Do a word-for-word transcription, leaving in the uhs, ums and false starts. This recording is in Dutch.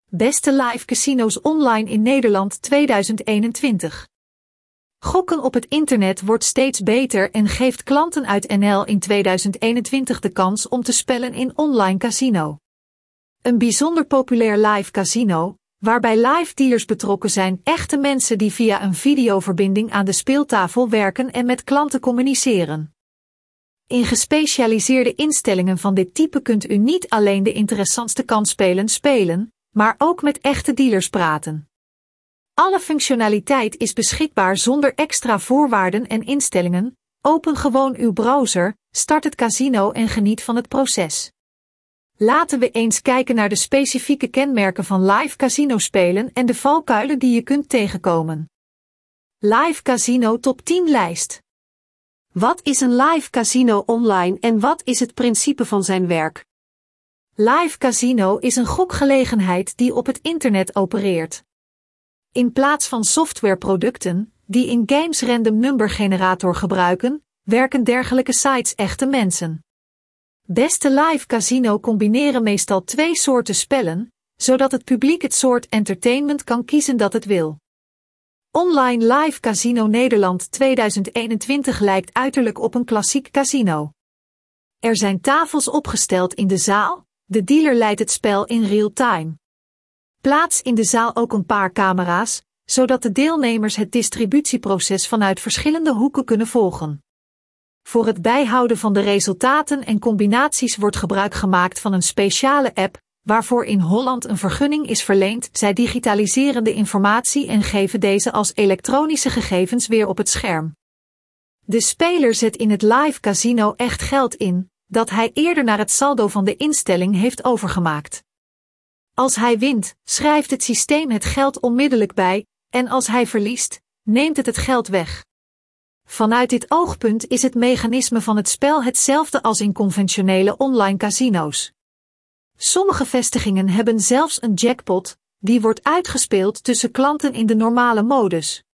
Beste live casino's online in Nederland tweeduizend eenentwintig. Gokken op het internet wordt steeds beter en geeft klanten uit N L in tweeduizend eenentwintig de kans om te spellen in online casino. Een bijzonder populair live casino, waarbij live dealers betrokken zijn, echte mensen die via een videoverbinding aan de speeltafel werken en met klanten communiceren. In gespecialiseerde instellingen van dit type kunt u niet alleen de interessantste kansspelen spelen, maar ook met echte dealers praten. Alle functionaliteit is beschikbaar zonder extra voorwaarden en instellingen. Open gewoon uw browser, start het casino en geniet van het proces. Laten we eens kijken naar de specifieke kenmerken van live casino spelen en de valkuilen die je kunt tegenkomen. Live Casino Top tien lijst. Wat is een live casino online en wat is het principe van zijn werk? Live casino is een gokgelegenheid die op het internet opereert. In plaats van softwareproducten, die in games random number generator gebruiken, werken dergelijke sites echte mensen. Beste live casino combineren meestal twee soorten spellen, zodat het publiek het soort entertainment kan kiezen dat het wil. Online Live Casino Nederland tweeduizend eenentwintig lijkt uiterlijk op een klassiek casino. Er zijn tafels opgesteld in de zaal, de dealer leidt het spel in real time. Plaats in de zaal ook een paar camera's, zodat de deelnemers het distributieproces vanuit verschillende hoeken kunnen volgen. Voor het bijhouden van de resultaten en combinaties wordt gebruik gemaakt van een speciale app, waarvoor in Holland een vergunning is verleend. Zij digitaliseren de informatie en geven deze als elektronische gegevens weer op het scherm. De speler zet in het live casino echt geld in, dat hij eerder naar het saldo van de instelling heeft overgemaakt. Als hij wint, schrijft het systeem het geld onmiddellijk bij, en als hij verliest, neemt het het geld weg. Vanuit dit oogpunt is het mechanisme van het spel hetzelfde als in conventionele online casino's. Sommige vestigingen hebben zelfs een jackpot, die wordt uitgespeeld tussen klanten in de normale modus.